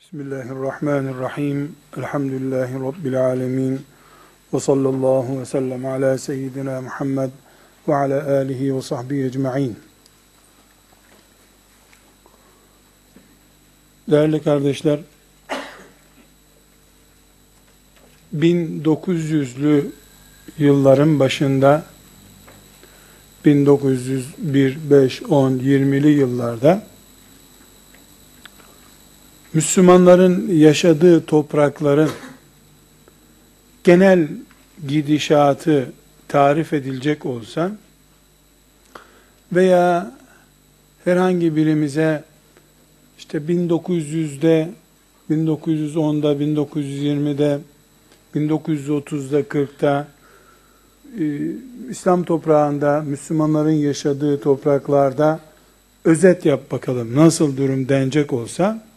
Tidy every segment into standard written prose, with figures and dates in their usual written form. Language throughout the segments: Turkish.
Bismillahirrahmanirrahim. Elhamdülillahi Rabbil alemin. Ve sallallahu ve sellem ala seyyidina Muhammed ve ala alihi ve sahbihi ecma'in. Değerli kardeşler, 1900'lü yılların başında 1901, 5, 10, 20'li yıllarda Müslümanların yaşadığı toprakların genel gidişatı tarif edilecek olsa veya herhangi birimize işte 1900'de, 1910'da, 1920'de, 1930'da, 40'ta İslam toprağında, Müslümanların yaşadığı topraklarda özet yap bakalım nasıl durum denecek olsa,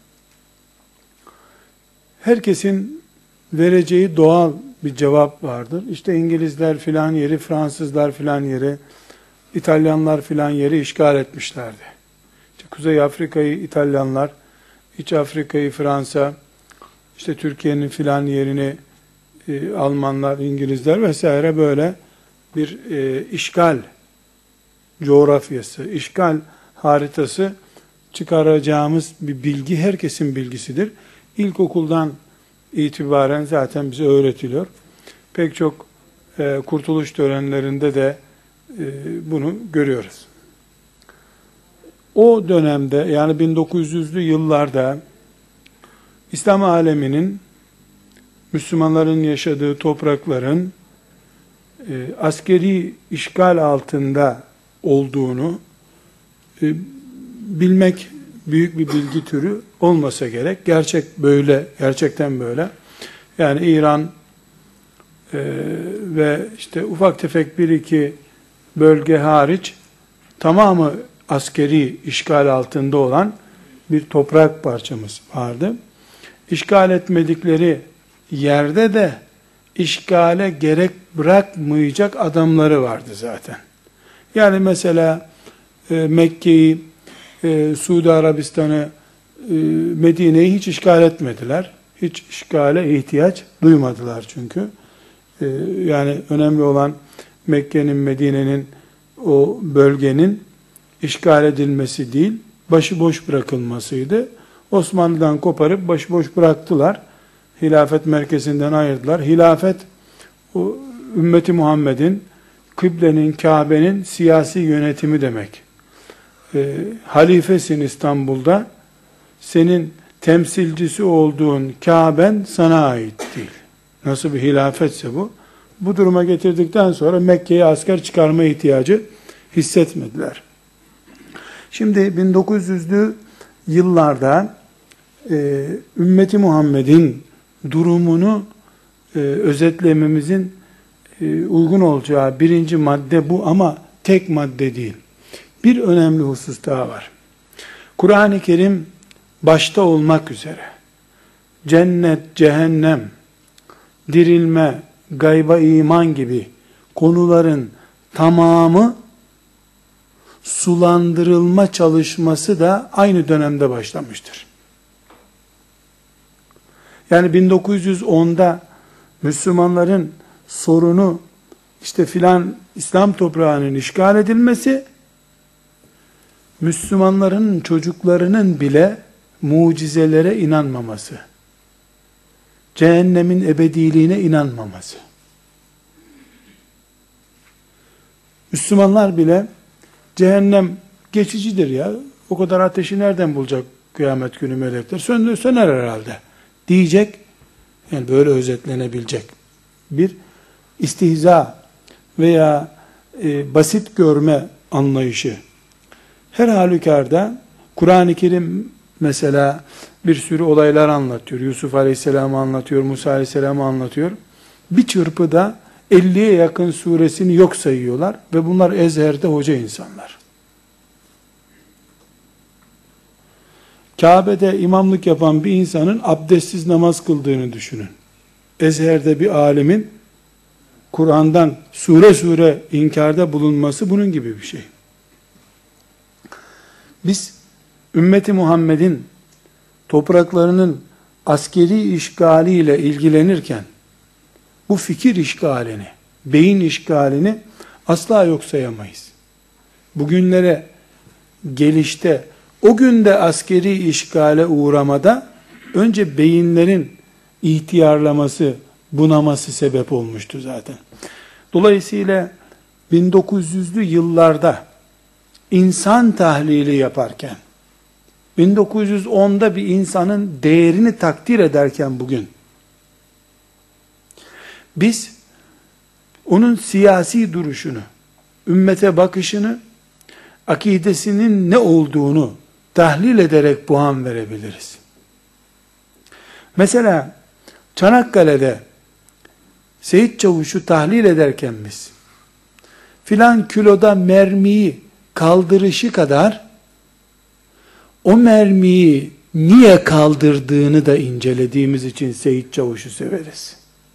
herkesin vereceği doğal bir cevap vardır. İşte İngilizler filan yeri, Fransızlar filan yeri, İtalyanlar filan yeri işgal etmişlerdi. İşte Kuzey Afrika'yı İtalyanlar, İç Afrika'yı Fransa, işte Türkiye'nin filan yerini Almanlar, İngilizler vesaire böyle bir işgal coğrafyası, işgal haritası çıkaracağımız bir bilgi herkesin bilgisidir. İlkokuldan itibaren zaten bize öğretiliyor. Pek çok kurtuluş törenlerinde de bunu görüyoruz. O dönemde, yani 1900'lü yıllarda İslam aleminin, Müslümanların yaşadığı toprakların askeri işgal altında olduğunu bilmek büyük bir bilgi türü olmasa gerek. Gerçek böyle, gerçekten böyle. Yani İran ve işte ufak tefek bir iki bölge hariç tamamı askeri işgal altında olan bir toprak parçamız vardı. İşgal etmedikleri yerde de işgale gerek bırakmayacak adamları vardı zaten. Yani mesela Mekke'yi, Suudi Arabistan'ı, Medine'yi hiç işgal etmediler. Hiç işgale ihtiyaç duymadılar çünkü. Yani önemli olan Mekke'nin, Medine'nin, o bölgenin işgal edilmesi değil, başıboş bırakılmasıydı. Osmanlı'dan koparıp başıboş bıraktılar. Hilafet merkezinden ayırdılar. Hilafet, o ümmeti Muhammed'in, kıblenin, Kabe'nin siyasi yönetimi demek. Halifesin İstanbul'da, senin temsilcisi olduğun Kabe'n sana ait değil. Nasıl bir hilafetse bu. Bu duruma getirdikten sonra Mekke'ye asker çıkarma ihtiyacı hissetmediler. Şimdi 1900'lü yıllarda ümmeti Muhammed'in durumunu özetlememizin uygun olacağı birinci madde bu, ama tek madde değil. Bir önemli husus daha var. Kur'an-ı Kerim başta olmak üzere cennet, cehennem, dirilme, gayba iman gibi konuların tamamı sulandırılma çalışması da aynı dönemde başlamıştır. Yani 1910'da Müslümanların sorunu işte filan İslam toprağının işgal edilmesi, Müslümanların çocuklarının bile mucizelere inanmaması, cehennemin ebediliğine inanmaması. Müslümanlar bile cehennem geçicidir ya, o kadar ateşi nereden bulacak kıyamet günü melekler, söner herhalde diyecek, yani böyle özetlenebilecek bir istihza veya basit görme anlayışı. Her halükarda Kur'an-ı Kerim mesela bir sürü olaylar anlatıyor. Yusuf Aleyhisselam'ı anlatıyor, Musa Aleyhisselam'ı anlatıyor. Bir çırpıda 50'ye yakın suresini yok sayıyorlar ve bunlar ezherde hoca insanlar. Kabe'de imamlık yapan bir insanın abdestsiz namaz kıldığını düşünün. Ezher'de bir alimin Kur'an'dan sure sure inkarda bulunması bunun gibi bir şey. Biz ümmeti Muhammed'in topraklarının askeri işgaliyle ilgilenirken bu fikir işgalini, beyin işgalini asla yok sayamayız. Bugünlere gelişte, o günde askeri işgale uğramada önce beyinlerin ihtiyarlaması, bunaması sebep olmuştu zaten. Dolayısıyla 1900'lü yıllarda insan tahlili yaparken, 1910'da bir insanın değerini takdir ederken bugün, biz onun siyasi duruşunu, ümmete bakışını, akidesinin ne olduğunu tahlil ederek puan verebiliriz. Mesela Çanakkale'de Seyit Çavuş'u tahlil ederken biz, filan kiloda mermiyi kaldırışı kadar, o mermiyi niye kaldırdığını da incelediğimiz için Seyit Çavuş'u severiz.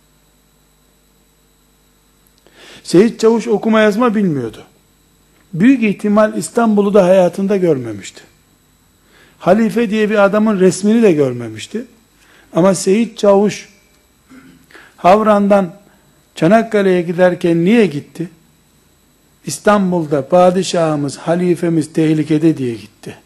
Seyit Çavuş okuma yazma bilmiyordu. Büyük ihtimal İstanbul'u da hayatında görmemişti. Halife diye bir adamın resmini de görmemişti. Ama Seyit Çavuş Havran'dan Çanakkale'ye giderken niye gitti? İstanbul'da padişahımız, halifemiz tehlikede diye gitti.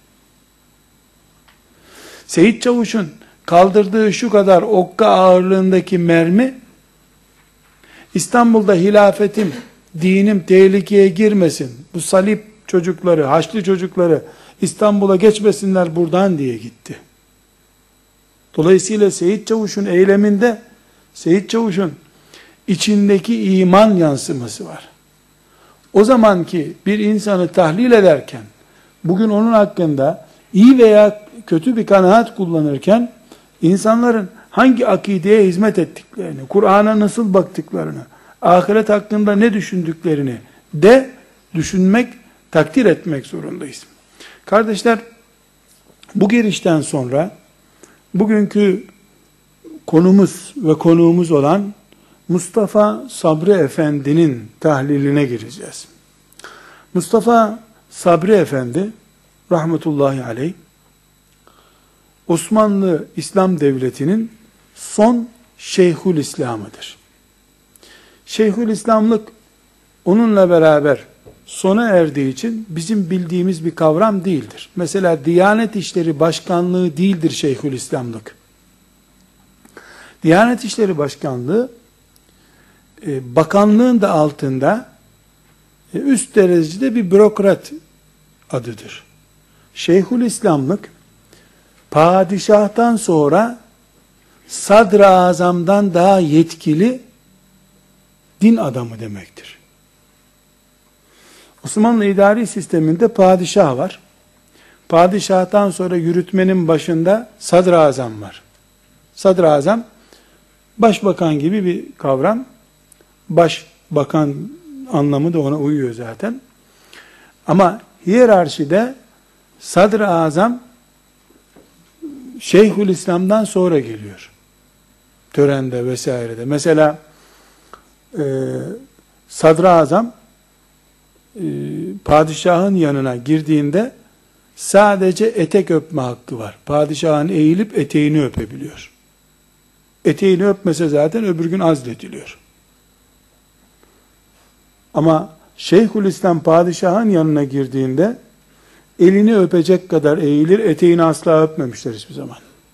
Seyit Çavuş'un kaldırdığı şu kadar okka ağırlığındaki mermi, İstanbul'da hilafetim, dinim tehlikeye girmesin, bu salip çocukları, Haçlı çocukları İstanbul'a geçmesinler buradan diye gitti. Dolayısıyla Seyit Çavuş'un eyleminde, Seyit Çavuş'un içindeki iman yansıması var. O zamanki bir insanı tahlil ederken, bugün onun hakkında iyi veya kötü bir kanaat kullanırken, insanların hangi akideye hizmet ettiklerini, Kur'an'a nasıl baktıklarını, ahiret hakkında ne düşündüklerini de düşünmek, takdir etmek zorundayız. Kardeşler, bu girişten sonra bugünkü konumuz ve konuğumuz olan Mustafa Sabri Efendi'nin tahliline gireceğiz. Mustafa Sabri Efendi rahmetullahi aleyh, Osmanlı İslam Devleti'nin son Şeyhülislam'ıdır. Şeyhülislamlık onunla beraber sona erdiği için bizim bildiğimiz bir kavram değildir. Mesela Diyanet İşleri Başkanlığı değildir Şeyhülislamlık. Diyanet İşleri Başkanlığı bakanlığın da altında üst derecede bir bürokrat adıdır. Şeyhülislamlık padişahtan sonra sadr-ı azamdan daha yetkili din adamı demektir. Osmanlı idari sisteminde padişah var. Padişahtan sonra yürütmenin başında sadr-ı azam var. Sadr-ı azam başbakan gibi bir kavram. Başbakan anlamı da ona uyuyor zaten. Ama hiyerarşide sadr-ı azam Şeyhülislam'dan sonra geliyor. Törende vesairede. Mesela sadr-ı azam padişahın yanına girdiğinde sadece etek öpme hakkı var. Padişahın eğilip eteğini öpebiliyor. Eteğini öpmese zaten öbür gün azlediliyor. Ama Şeyhülislam padişahın yanına girdiğinde elini öpecek kadar eğilir, eteğini asla öpmemişler hiçbir zaman.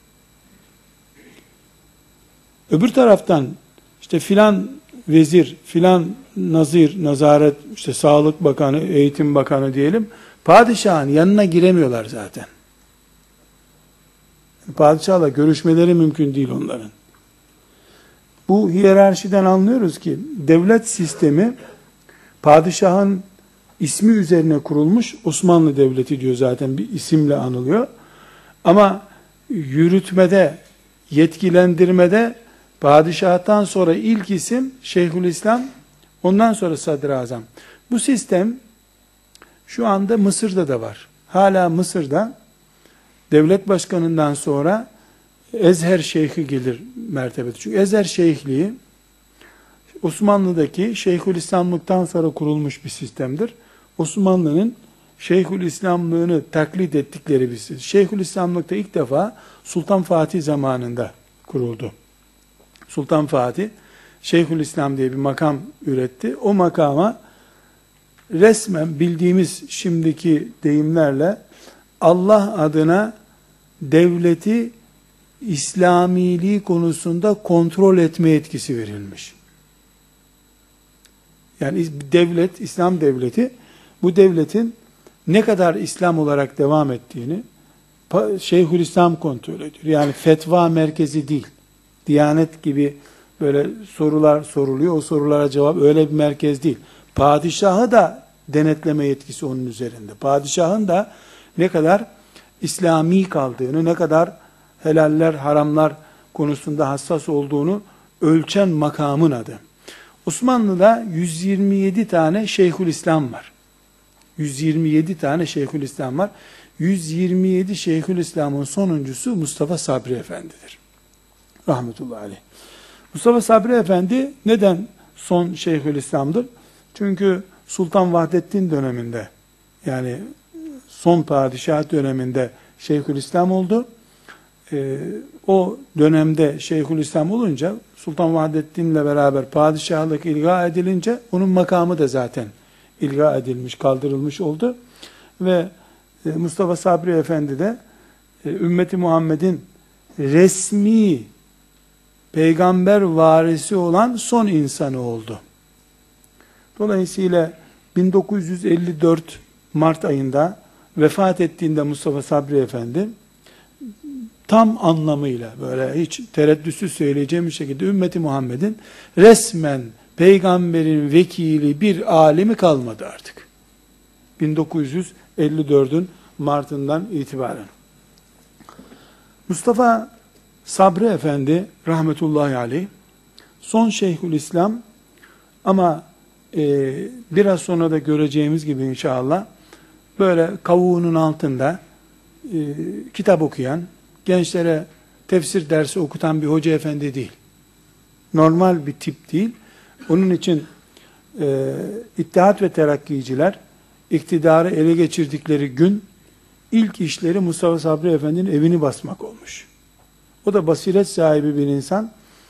Öbür taraftan işte filan vezir, filan nazir, nazaret, işte sağlık bakanı, eğitim bakanı diyelim, padişahın yanına giremiyorlar zaten. Padişahla görüşmeleri mümkün değil onların. Bu hiyerarşiden anlıyoruz ki devlet sistemi padişahın ismi üzerine kurulmuş. Osmanlı Devleti diyor zaten, bir isimle anılıyor. Ama yürütmede, yetkilendirmede padişahtan sonra ilk isim Şeyhülislam, ondan sonra Sadr-ı Azam. Bu sistem şu anda Mısır'da da var. Hala Mısır'da devlet başkanından sonra Ezher Şeyhi gelir mertebede. Çünkü Ezher Şeyhliği Osmanlı'daki Şeyhülislamlıktan sonra kurulmuş bir sistemdir. Osmanlı'nın Şeyhülislamlığını taklit ettikleri bir sistem. Şeyhülislamlıkta ilk defa Sultan Fatih zamanında kuruldu. Sultan Fatih Şeyhülislam diye bir makam üretti. O makama resmen bildiğimiz şimdiki deyimlerle Allah adına devleti İslamiliği konusunda kontrol etme yetkisi verilmiş. Yani devlet, İslam devleti, bu devletin ne kadar İslam olarak devam ettiğini Şeyhülislam kontrol ediyor. Yani fetva merkezi değil. Diyanet gibi böyle sorular soruluyor. O sorulara cevap öyle bir merkez değil. Padişahı da denetleme yetkisi onun üzerinde. Padişahın da ne kadar İslami kaldığını, ne kadar helaller, haramlar konusunda hassas olduğunu ölçen makamın adı. Osmanlı'da 127 tane Şeyhülislam var. 127 tane Şeyhülislam var. 127 Şeyhülislam'ın sonuncusu Mustafa Sabri Efendi'dir. Rahmetullahi aleyh. Mustafa Sabri Efendi neden son Şeyhülislam'dır? Çünkü Sultan Vahdettin döneminde, yani son padişah döneminde Şeyhülislam oldu. O dönemde Şeyhülislam olunca Sultan Vahdettin'le beraber padişahlık ilga edilince onun makamı da zaten ilga edilmiş, kaldırılmış oldu. Ve Mustafa Sabri Efendi de ümmeti Muhammed'in resmi peygamber varisi olan son insanı oldu. Dolayısıyla 1954 Mart ayında vefat ettiğinde Mustafa Sabri Efendi tam anlamıyla böyle hiç tereddütsüz söyleyeceğim bir şekilde ümmeti Muhammed'in resmen peygamberin vekili bir alimi kalmadı artık. 1954'ün Mart'ından itibaren. Mustafa Sabri Efendi rahmetullahi aleyh son Şeyhülislam ama biraz sonra da göreceğimiz gibi inşallah böyle kavuğunun altında kitap okuyan, gençlere tefsir dersi okutan bir hoca efendi değil. Normal bir tip değil. Onun için İttihat ve Terakkiciler iktidarı ele geçirdikleri gün ilk işleri Mustafa Sabri Efendi'nin evini basmak olmuş. O da basiret sahibi bir insan.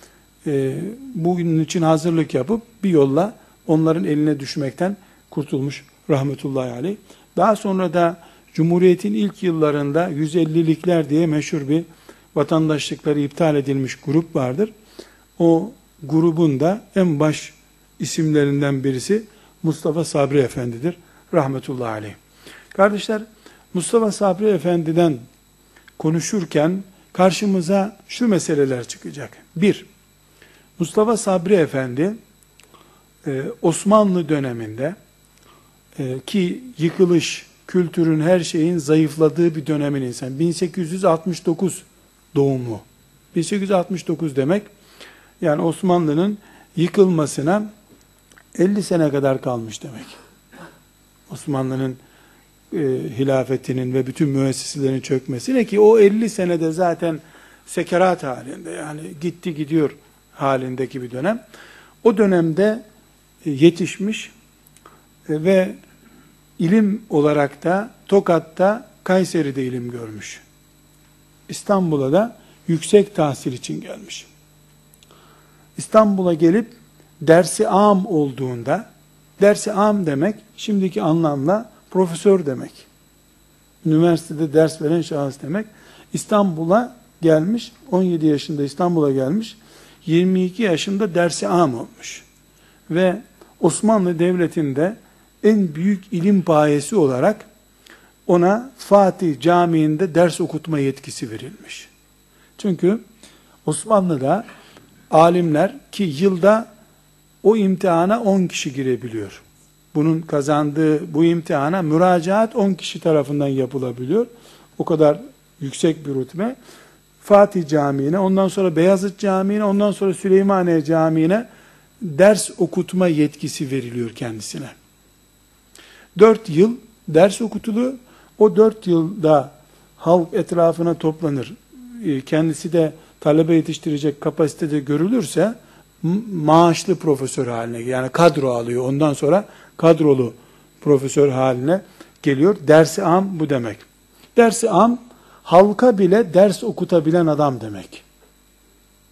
Bugün için hazırlık yapıp bir yolla onların eline düşmekten kurtulmuş rahmetullahi aleyh. Daha sonra da Cumhuriyet'in ilk yıllarında 150'likler diye meşhur bir vatandaşlıkları iptal edilmiş grup vardır. O grubun da en baş isimlerinden birisi Mustafa Sabri Efendi'dir rahmetullahi aleyh. Kardeşler, Mustafa Sabri Efendi'den konuşurken karşımıza şu meseleler çıkacak. 1. Mustafa Sabri Efendi Osmanlı döneminde ki yıkılış, kültürün, her şeyin zayıfladığı bir dönemin insan. 1869 doğumlu. 1869 demek yani Osmanlı'nın yıkılmasına 50 sene kadar kalmış demek. Osmanlı'nın hilafetinin ve bütün müesseselerin çökmesine, ki o 50 senede zaten sekerat halinde, yani gitti gidiyor halindeki bir dönem. O dönemde yetişmiş ve ilim olarak da Tokat'ta, Kayseri'de ilim görmüş. İstanbul'a da yüksek tahsil için gelmiş. İstanbul'a gelip dersi am olduğunda, dersi am demek şimdiki anlamla profesör demek. Üniversitede ders veren şahıs demek. İstanbul'a gelmiş, 17 yaşında İstanbul'a gelmiş, 22 yaşında dersi am olmuş. Ve Osmanlı Devleti'nde en büyük ilim payesi olarak ona Fatih Camii'nde ders okutma yetkisi verilmiş. Çünkü Osmanlı'da alimler, ki yılda o imtihana 10 kişi girebiliyor. Bunun kazandığı bu imtihana müracaat 10 kişi tarafından yapılabiliyor. O kadar yüksek bir rütbe. Fatih Camii'ne, ondan sonra Beyazıt Camii'ne, ondan sonra Süleymaniye Camii'ne ders okutma yetkisi veriliyor kendisine. 4 yıl ders okutuluyor. O 4 yılda halk etrafına toplanır. Kendisi de talebe yetiştirecek kapasitede görülürse maaşlı profesör haline, yani kadro alıyor. Ondan sonra kadrolu profesör haline geliyor. Dersi am bu demek. Dersi am, halka bile ders okutabilen adam demek.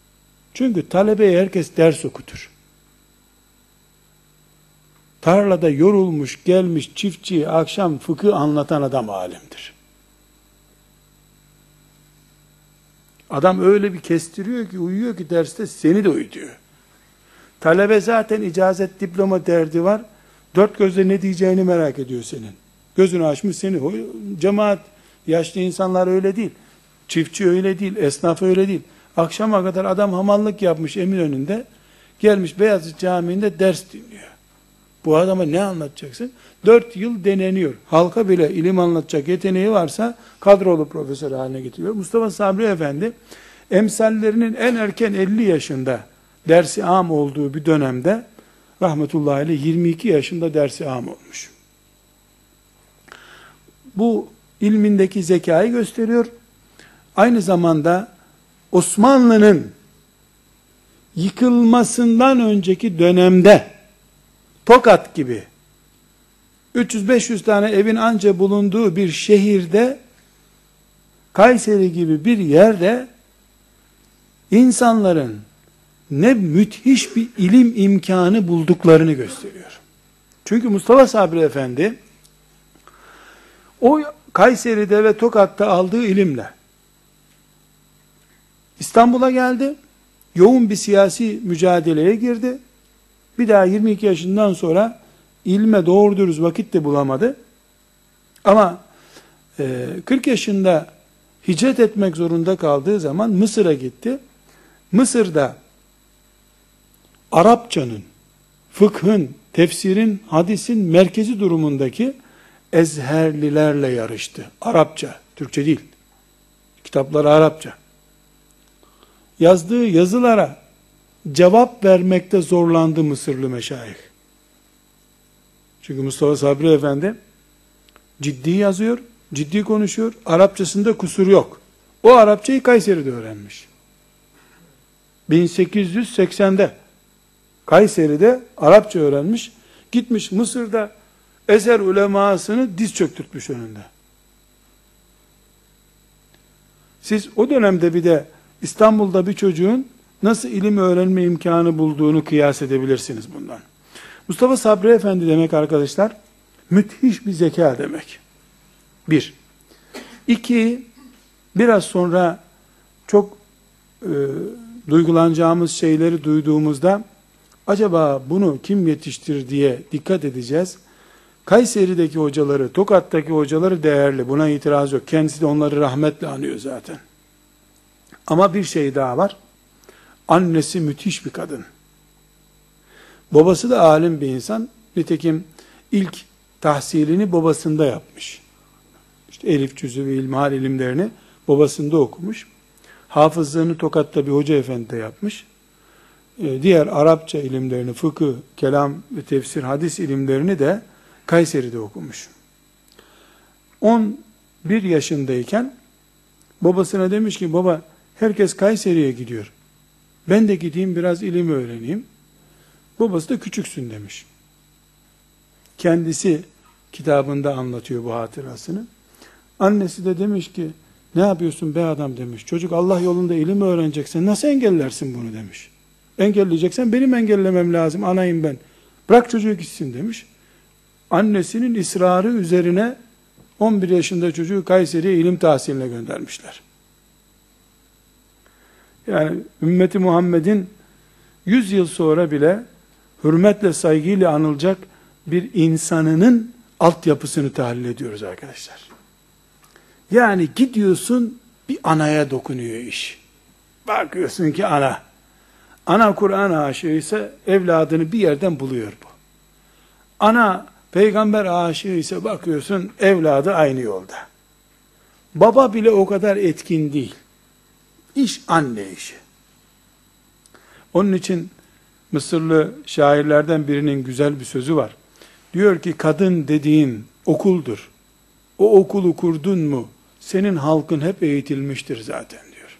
Çünkü talebeye herkes ders okutur. Tarlada yorulmuş gelmiş çiftçiye akşam fıkıh anlatan adam alimdir. Adam öyle bir kestiriyor ki, uyuyor ki derste seni de uyutuyor. Talebe zaten icazet diploma derdi var. Dört gözle ne diyeceğini merak ediyor senin. Gözünü açmış seni. O cemaat, yaşlı insanlar öyle değil. Çiftçi öyle değil. Esnaf öyle değil. Akşama kadar adam hamallık yapmış Eminönü'nde. Gelmiş Beyazıt Camii'nde ders dinliyor. Bu adama ne anlatacaksın? 4 yıl deneniyor. Halka bile ilim anlatacak yeteneği varsa kadrolu profesör haline getiriyor. Mustafa Sabri Efendi emsallerinin en erken 50 yaşında dersi am olduğu bir dönemde rahmetullahi aleyh 22 yaşında dersi am olmuş. Bu ilmindeki zekayı gösteriyor. Aynı zamanda Osmanlı'nın yıkılmasından önceki dönemde Tokat gibi 300-500 tane evin anca bulunduğu bir şehirde, Kayseri gibi bir yerde insanların ne müthiş bir ilim imkanı bulduklarını gösteriyor. Çünkü Mustafa Sabri Efendi o Kayseri'de ve Tokat'ta aldığı ilimle İstanbul'a geldi. Yoğun bir siyasi mücadeleye girdi. Bir daha 22 yaşından sonra ilme doğru dürüst vakit de bulamadı. Ama 40 yaşında hicret etmek zorunda kaldığı zaman Mısır'a gitti. Mısır'da Arapçanın, fıkhın, tefsirin, hadisin merkezi durumundaki Ezherlilerle yarıştı. Arapça, Türkçe değil. Kitapları Arapça. Yazdığı yazılara cevap vermekte zorlandı Mısırlı meşayih. Çünkü Mustafa Sabri Efendi ciddi yazıyor, ciddi konuşuyor, Arapçasında kusur yok. O Arapçayı Kayseri'de öğrenmiş. 1880'de Kayseri'de Arapça öğrenmiş, gitmiş Mısır'da Eser ulemasını diz çöktürtmüş önünde. Siz o dönemde bir de İstanbul'da bir çocuğun nasıl ilim öğrenme imkanı bulduğunu kıyas edebilirsiniz bundan. Mustafa Sabri Efendi demek arkadaşlar, müthiş bir zeka demek. Bir. İki, biraz sonra çok duygulanacağımız şeyleri duyduğumuzda, acaba bunu kim yetiştir diye dikkat edeceğiz. Kayseri'deki hocaları, Tokat'taki hocaları değerli, buna itiraz yok. Kendisi de onları rahmetle anıyor zaten. Ama bir şey daha var. Annesi müthiş bir kadın. Babası da alim bir insan. Nitekim ilk tahsilini babasında yapmış. İşte elif cüzü ve ilmihal ilimlerini babasında okumuş. Hafızlığını Tokat'ta bir hoca efendi yapmış. Diğer Arapça ilimlerini, fıkıh, kelam ve tefsir, hadis ilimlerini de Kayseri'de okumuş. 11 yaşındayken babasına demiş ki, baba herkes Kayseri'ye gidiyor. Ben de gideyim biraz ilim öğreneyim. Babası da küçüksün demiş. Kendisi kitabında anlatıyor bu hatırasını. Annesi de demiş ki, ne yapıyorsun be adam demiş. Çocuk Allah yolunda ilim öğreneceksen nasıl engellersin bunu demiş. Engelleyeceksen benim engellemem lazım, anayım ben. Bırak çocuğu gitsin demiş. Annesinin ısrarı üzerine 11 yaşında çocuğu Kayseri'ye ilim tahsiline göndermişler. Yani ümmeti Muhammed'in 100 yıl sonra bile hürmetle, saygıyla anılacak bir insanının altyapısını tahlil ediyoruz arkadaşlar. Yani gidiyorsun, bir anaya dokunuyor iş. Bakıyorsun ki ana Kur'an aşığı ise evladını bir yerden buluyor bu. Ana peygamber aşığı ise bakıyorsun evladı aynı yolda. Baba bile o kadar etkin değil. İş anne işi. Onun için Mısırlı şairlerden birinin güzel bir sözü var. Diyor ki, kadın dediğin okuldur. O okulu kurdun mu senin halkın hep eğitilmiştir zaten diyor.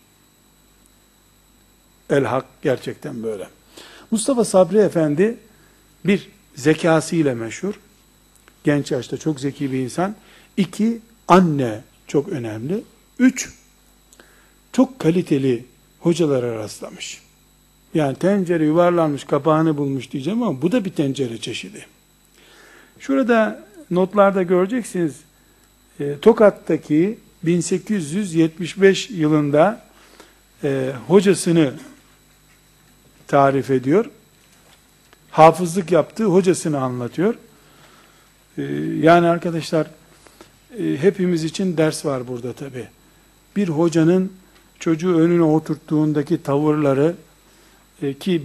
El hak gerçekten böyle. Mustafa Sabri Efendi bir, zekasıyla meşhur. Genç yaşta çok zeki bir insan. 2, anne çok önemli. 3, çok kaliteli hocalara rastlamış. Yani tencere yuvarlanmış, kapağını bulmuş diyeceğim ama bu da bir tencere çeşidi. Şurada notlarda göreceksiniz, Tokat'taki 1875 yılında hocasını tarif ediyor. Hafızlık yaptığı hocasını anlatıyor. Yani arkadaşlar, hepimiz için ders var burada tabi. Bir hocanın çocuğu önüne oturttuğundaki tavırları, ki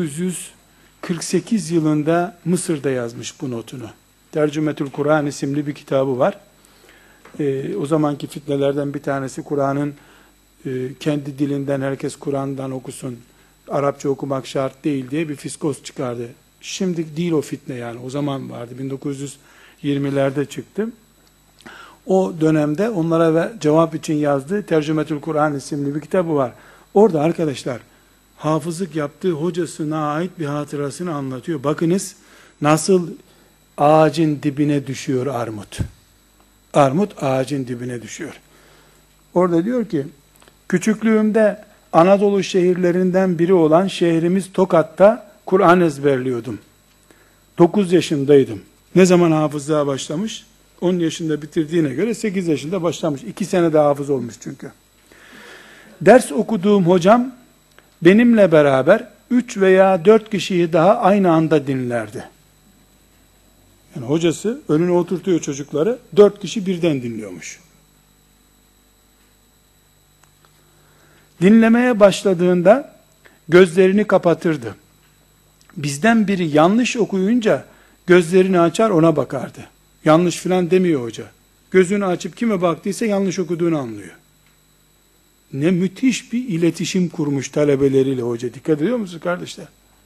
1948 yılında Mısır'da yazmış bu notunu. Tercümetül Kur'an isimli bir kitabı var. O zamanki fitnelerden bir tanesi, Kur'an'ın kendi dilinden herkes Kur'an'dan okusun, Arapça okumak şart değil diye bir fiskos çıkardı. Şimdi değil o fitne yani. O zaman vardı. 1920'lerde çıktı. O dönemde onlara cevap için yazdığı Tercümetül Kur'an isimli bir kitabı var. Orada arkadaşlar hafızlık yaptığı hocasına ait bir hatırasını anlatıyor. Bakınız nasıl ağacın dibine düşüyor armut. Armut ağacın dibine düşüyor. Orada diyor ki, küçüklüğümde Anadolu şehirlerinden biri olan şehrimiz Tokat'ta Kur'an ezberliyordum. 9 yaşındaydım. Ne zaman hafızlığa başlamış? 10 yaşında bitirdiğine göre 8 yaşında başlamış. 2 sene de hafız olmuş çünkü. Ders okuduğum hocam benimle beraber 3 veya 4 kişiyi daha aynı anda dinlerdi. Yani hocası önüne oturtuyor çocukları, 4 kişi birden dinliyormuş. Dinlemeye başladığında gözlerini kapatırdı. Bizden biri yanlış okuyunca gözlerini açar ona bakardı. Yanlış filan demiyor hoca. Gözünü açıp kime baktıysa yanlış okuduğunu anlıyor. Ne müthiş bir iletişim kurmuş talebeleriyle hoca. Dikkat ediyor musunuz kardeşler?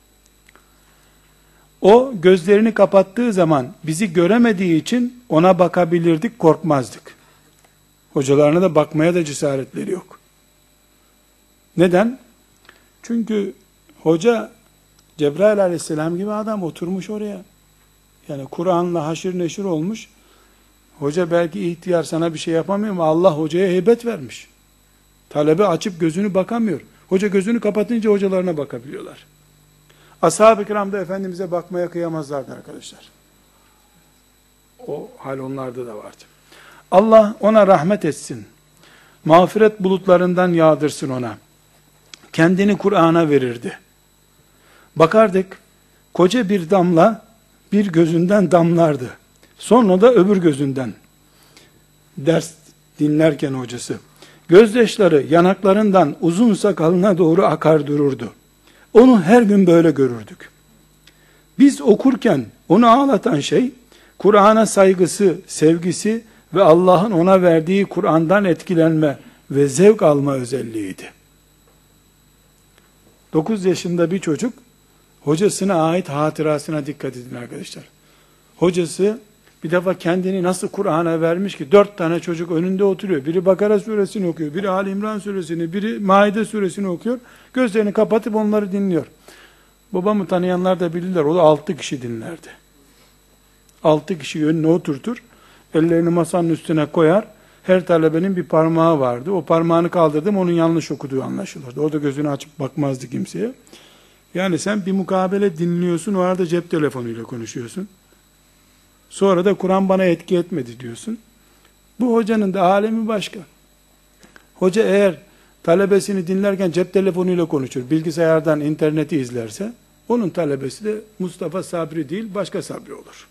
O gözlerini kapattığı zaman bizi göremediği için ona bakabilirdik, korkmazdık. Hocalarına da bakmaya da cesaretleri yok. Neden? Çünkü hoca Cebrail aleyhisselam gibi adam oturmuş oraya. Yani Kur'an'la haşır neşir olmuş. Hoca belki ihtiyar, sana bir şey yapamıyor ama Allah hocaya heybet vermiş. Talebe açıp gözünü bakamıyor. Hoca gözünü kapatınca hocalarına bakabiliyorlar. Ashab-ı kiram da Efendimiz'e bakmaya kıyamazlardı arkadaşlar. O hal onlarda da vardı. Allah ona rahmet etsin. Mağfiret bulutlarından yağdırsın ona. Kendini Kur'an'a verirdi. Bakardık, koca bir damla bir gözünden damlardı. Sonra da öbür gözünden. Ders dinlerken hocası. Gözyaşları yanaklarından uzun sakalına doğru akar dururdu. Onu her gün böyle görürdük. Biz okurken onu ağlatan şey, Kur'an'a saygısı, sevgisi ve Allah'ın ona verdiği Kur'an'dan etkilenme ve zevk alma özelliğiydi. 9 yaşında bir çocuk, hocasına ait hatırasına dikkat edin arkadaşlar. Hocası bir defa kendini nasıl Kur'an'a vermiş ki 4 tane çocuk önünde oturuyor. Biri Bakara suresini okuyor, biri Ali İmran suresini, biri Maide suresini okuyor. Gözlerini kapatıp onları dinliyor. Babamı tanıyanlar da bilirler, o da 6 kişi dinlerdi. 6 kişi önüne oturtur, ellerini masanın üstüne koyar. Her talebenin bir parmağı vardı. O parmağını kaldırdım, onun yanlış okuduğu anlaşılırdı. Orada gözünü açıp bakmazdı kimseye. Yani sen bir mukabele dinliyorsun, o arada cep telefonuyla konuşuyorsun. Sonra da Kur'an bana etki etmedi diyorsun. Bu hocanın da alemi başka. Hoca eğer talebesini dinlerken cep telefonuyla konuşur, bilgisayardan interneti izlerse, onun talebesi de Mustafa Sabri değil, başka Sabri olur.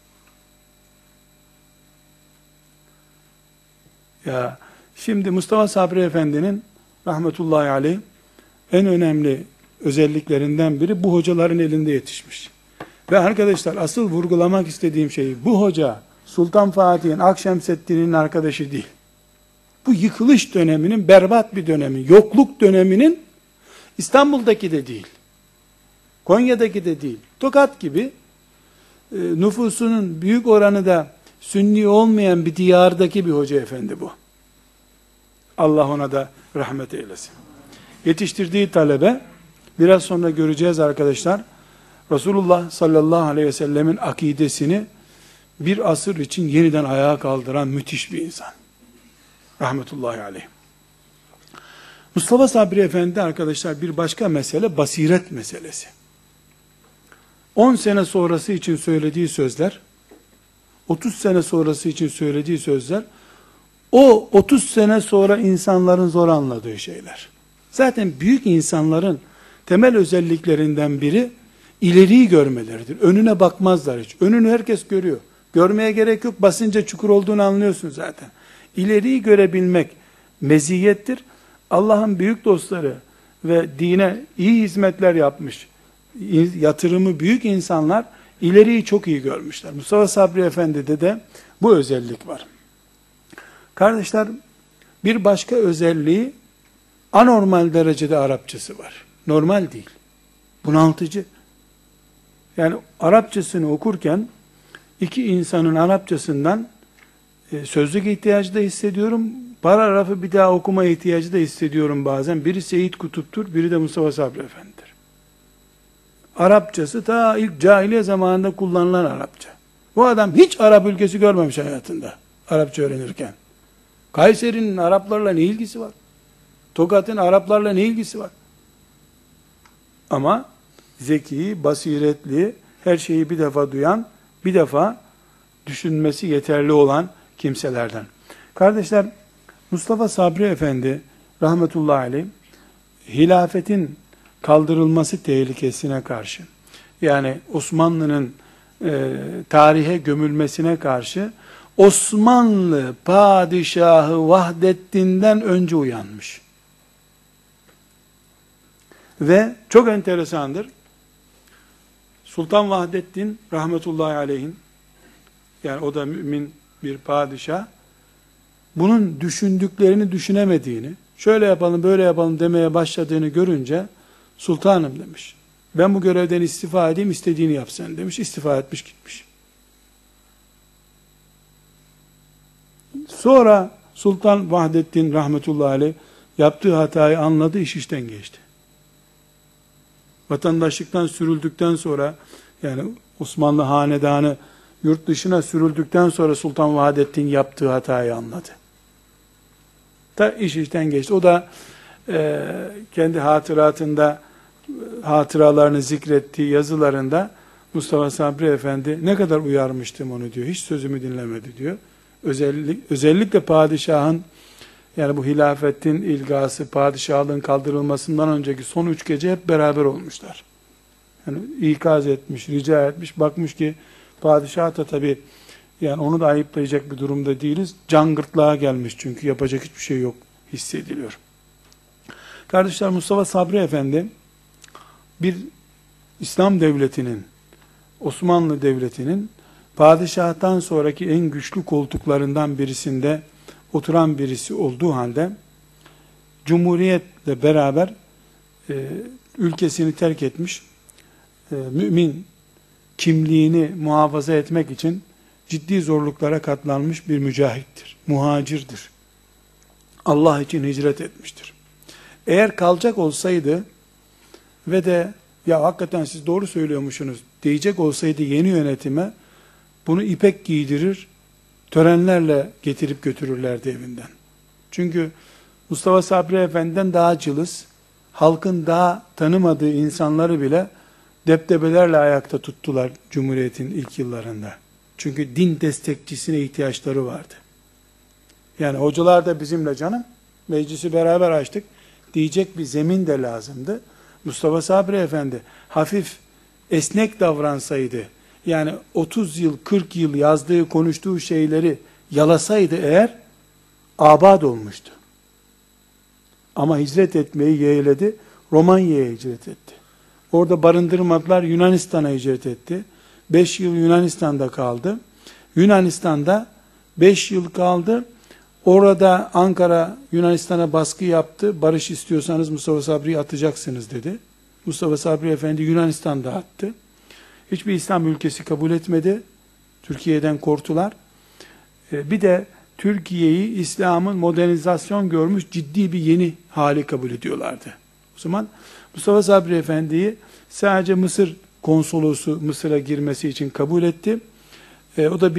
Ya şimdi Mustafa Sabri Efendi'nin rahmetullahi aleyh en önemli özelliklerinden biri bu hocaların elinde yetişmiş. Ve arkadaşlar asıl vurgulamak istediğim şey, bu hoca Sultan Fatih'in, Akşemseddin'in arkadaşı değil. Bu yıkılış döneminin berbat bir dönemi, yokluk döneminin İstanbul'daki de değil, Konya'daki de değil, Tokat gibi nüfusunun büyük oranı da Sünni olmayan bir diyardaki bir hoca efendi bu. Allah ona da rahmet eylesin. Yetiştirdiği talebe, biraz sonra göreceğiz arkadaşlar, Resulullah sallallahu aleyhi ve sellemin akidesini bir asır için yeniden ayağa kaldıran müthiş bir insan. Rahmetullahi aleyh. Mustafa Sabri Efendi arkadaşlar bir başka mesele basiret meselesi. 10 sene sonrası için söylediği sözler, 30 sene sonrası için söylediği sözler, o 30 sene sonra insanların zor anladığı şeyler. Zaten büyük insanların temel özelliklerinden biri ileriyi görmeleridir. Önüne bakmazlar hiç. Önünü herkes görüyor. Görmeye gerek yok. Basınca çukur olduğunu anlıyorsun zaten. İleriyi görebilmek meziyettir. Allah'ın büyük dostları ve dine iyi hizmetler yapmış, yatırımı büyük insanlar ileriyi çok iyi görmüşler. Mustafa Sabri Efendi'de de bu özellik var. Kardeşler, bir başka özelliği anormal derecede Arapçası var. Normal değil. Bunaltıcı. Yani Arapçasını okurken iki insanın Arapçasından sözlük ihtiyacı da hissediyorum. Paragrafı bir daha okuma ihtiyacı da hissediyorum bazen. Biri Seyyid Kutup'tur, biri de Mustafa Sabri Efendi'dir. Arapçası ta ilk cahiliye zamanında kullanılan Arapça. Bu adam hiç Arap ülkesi görmemiş hayatında Arapça öğrenirken. Kayseri'nin Araplarla ne ilgisi var? Tokat'ın Araplarla ne ilgisi var? Ama zeki, basiretli, her şeyi bir defa duyan, bir defa düşünmesi yeterli olan kimselerden. Kardeşler, Mustafa Sabri Efendi rahmetullahi aleyh hilafetin kaldırılması tehlikesine karşı, yani Osmanlı'nın tarihe gömülmesine karşı Osmanlı padişahı Vahdettin'den önce uyanmış. Ve çok enteresandır. Sultan Vahdettin rahmetullahi aleyhin, yani o da mümin bir padişah, bunun düşündüklerini düşünemediğini, şöyle yapalım böyle yapalım demeye başladığını görünce, sultanım demiş, ben bu görevden istifa edeyim, istediğini yap sen demiş, istifa etmiş gitmiş. Sonra Sultan Vahdettin rahmetullahi aleyh yaptığı hatayı anladı, iş işten geçti. Vatandaşlıktan sürüldükten sonra, yani Osmanlı hanedanı yurt dışına sürüldükten sonra Sultan Vahdettin yaptığı hatayı anladı. Da iş işten geçti. O da kendi hatıralarını zikrettiği yazılarında Mustafa Sabri Efendi ne kadar uyarmıştım onu diyor. Hiç sözümü dinlemedi diyor. Özellikle padişahın, yani bu hilafetin ilgası, padişahlığın kaldırılmasından önceki son 3 gece hep beraber olmuşlar. Yani ikaz etmiş, rica etmiş, bakmış ki padişah da tabi, yani onu da ayıplayacak bir durumda değiliz. Can gırtlağa gelmiş çünkü yapacak hiçbir şey yok hissediliyor. Kardeşler, Mustafa Sabri Efendi bir İslam devletinin, Osmanlı Devleti'nin padişahtan sonraki en güçlü koltuklarından birisinde oturan birisi olduğu halde Cumhuriyetle beraber ülkesini terk etmiş, mümin kimliğini muhafaza etmek için ciddi zorluklara katlanmış bir mücahittir, muhacirdir. Allah için hicret etmiştir. Eğer kalacak olsaydı ve de ya hakikaten siz doğru söylüyormuşsunuz diyecek olsaydı yeni yönetime, bunu ipek giydirir, törenlerle getirip götürürlerdi evinden. Çünkü Mustafa Sabri Efendi'den daha cılız, halkın daha tanımadığı insanları bile deptebelerle ayakta tuttular Cumhuriyet'in ilk yıllarında. Çünkü din destekçisine ihtiyaçları vardı. Yani hocalar da bizimle canım, meclisi beraber açtık diyecek bir zemin de lazımdı. Mustafa Sabri Efendi hafif esnek davransaydı, yani 30 yıl, 40 yıl yazdığı, konuştuğu şeyleri yalasaydı eğer, abad olmuştu. Ama hicret etmeyi yeğledi, Romanya'ya hicret etti. Orada barındırmadılar, Yunanistan'a hicret etti. 5 yıl Yunanistan'da kaldı. Yunanistan'da 5 yıl kaldı. Orada Ankara Yunanistan'a baskı yaptı. Barış istiyorsanız Mustafa Sabri'yi atacaksınız dedi. Mustafa Sabri Efendi Yunanistan'da attı. Hiçbir İslam ülkesi kabul etmedi. Türkiye'den korktular. Bir de Türkiye'yi İslam'ın modernizasyon görmüş ciddi bir yeni hali kabul ediyorlardı. O zaman Mustafa Sabri Efendi'yi sadece Mısır konsolosu Mısır'a girmesi için kabul etti. O da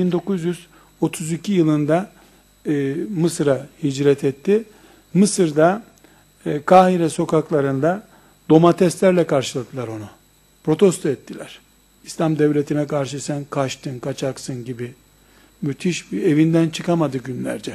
1932 yılında Mısır'a hicret etti. Mısır'da Kahire sokaklarında domateslerle karşıladılar onu. Protesto ettiler. İslam devletine karşı sen kaçtın, kaçaksın gibi. Müthiş bir, evinden çıkamadı günlerce.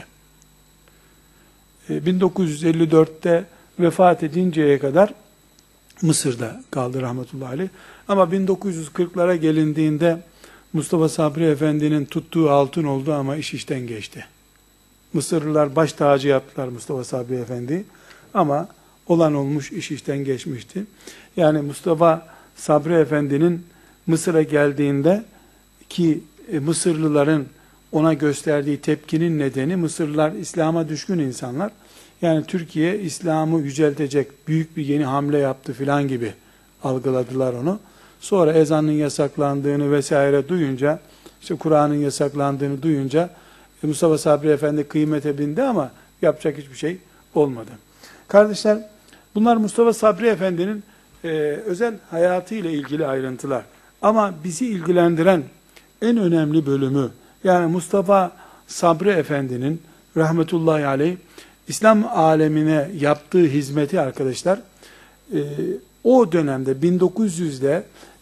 1954'te vefat edinceye kadar Mısır'da kaldı rahmetullahi aleyh. Ama 1940'lara gelindiğinde Mustafa Sabri Efendi'nin tuttuğu altın oldu ama iş işten geçti. Mısırlılar baş tacı yaptılar Mustafa Sabri Efendi ama olan olmuş, iş işten geçmişti. Yani Mustafa Sabri Efendi'nin Mısır'a geldiğinde ki Mısırlıların ona gösterdiği tepkinin nedeni, Mısırlılar İslam'a düşkün insanlar. Yani Türkiye İslam'ı yüceltecek büyük bir yeni hamle yaptı filan gibi algıladılar onu. Sonra ezanın yasaklandığını vesaire duyunca, işte Kur'an'ın yasaklandığını duyunca Mustafa Sabri Efendi kıymete bindi ama yapacak hiçbir şey olmadı. Kardeşler, bunlar Mustafa Sabri Efendi'nin özel hayatıyla ilgili ayrıntılar. Ama bizi ilgilendiren en önemli bölümü, yani Mustafa Sabri Efendi'nin rahmetullahi aleyh İslam alemine yaptığı hizmeti arkadaşlar, o dönemde 1900 ile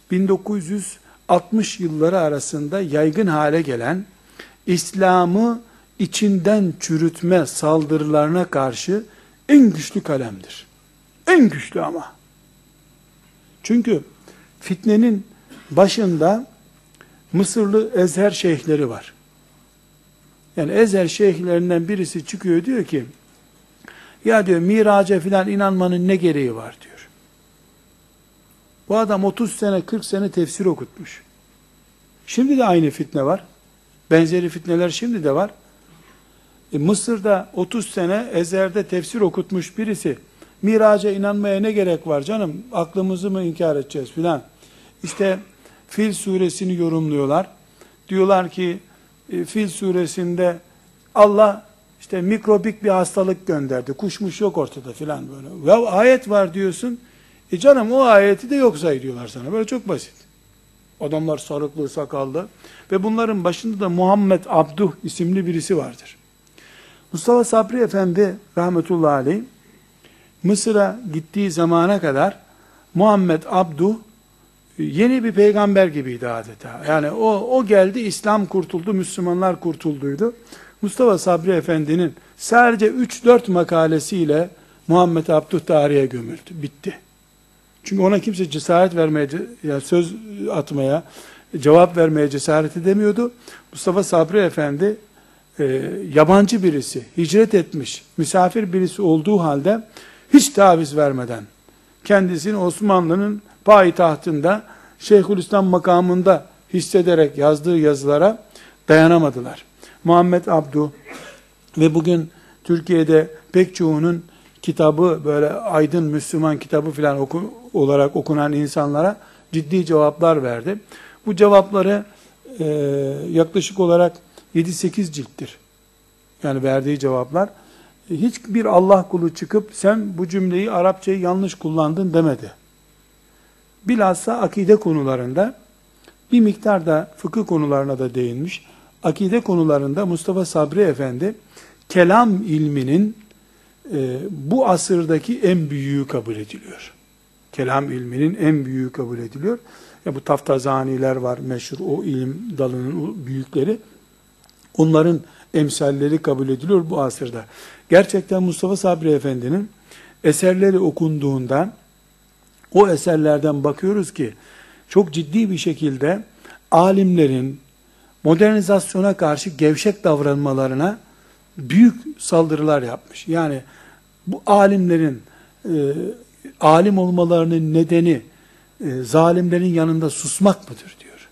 1960 yılları arasında yaygın hale gelen İslam'ı içinden çürütme saldırılarına karşı en güçlü kalemdir. En güçlü ama. Çünkü fitnenin başında Mısırlı Ezher şeyhleri var. Yani Ezher şeyhlerinden birisi çıkıyor, diyor ki, ya diyor miraca filan inanmanın ne gereği var diyor. Bu adam 30 sene 40 sene tefsir okutmuş. Şimdi de aynı fitne var. Benzeri fitneler şimdi de var. Mısır'da 30 sene Ezher'de tefsir okutmuş birisi miraca inanmaya ne gerek var canım, aklımızı mı inkar edeceğiz filan. İşte Fil suresini yorumluyorlar. Diyorlar ki Fil suresinde Allah işte mikrobik bir hastalık gönderdi. Kuşmuş yok ortada filan böyle. Ya ayet var diyorsun. Canım o ayeti de yok say diyorlar sana. Böyle çok basit. Adamlar sarıklı, sakallı ve bunların başında da Muhammed Abduh isimli birisi vardır. Mustafa Sabri Efendi rahmetullahi aleyh Mısır'a gittiği zamana kadar Muhammed Abduh yeni bir peygamber gibiydi adeta. Yani o geldi, İslam kurtuldu, Müslümanlar kurtulduydu. Mustafa Sabri Efendi'nin sadece 3-4 makalesiyle Muhammed Abduh tarihe gömüldü. Bitti. Çünkü ona kimse cesaret vermeye, yani söz atmaya, cevap vermeye cesaret edemiyordu. Mustafa Sabri Efendi yabancı birisi, hicret etmiş, misafir birisi olduğu halde hiç taviz vermeden kendisini Osmanlı'nın payitahtında Şeyhülislam makamında hissederek yazdığı yazılara dayanamadılar. Muhammed Abduh ve bugün Türkiye'de pek çoğunun kitabı, böyle aydın Müslüman kitabı filan olarak okunan insanlara ciddi cevaplar verdi. Bu cevapları yaklaşık olarak 7-8 cilttir. Yani verdiği cevaplar. Hiçbir Allah kulu çıkıp sen bu cümleyi, Arapçayı yanlış kullandın demedi. Bilhassa akide konularında, bir miktar da fıkıh konularına da değinmiş. Akide konularında Mustafa Sabri Efendi kelam ilminin bu asırdaki en büyüğü kabul ediliyor. Kelam ilminin en büyüğü kabul ediliyor. Bu Taftazaniler var meşhur, o ilim dalının o büyükleri. Onların emsalleri kabul ediliyor bu asırda. Gerçekten Mustafa Sabri Efendi'nin eserleri okunduğunda o eserlerden bakıyoruz ki çok ciddi bir şekilde alimlerin modernizasyona karşı gevşek davranmalarına büyük saldırılar yapmış. Yani bu alimlerin alim olmalarının nedeni zalimlerin yanında susmak mıdır diyor.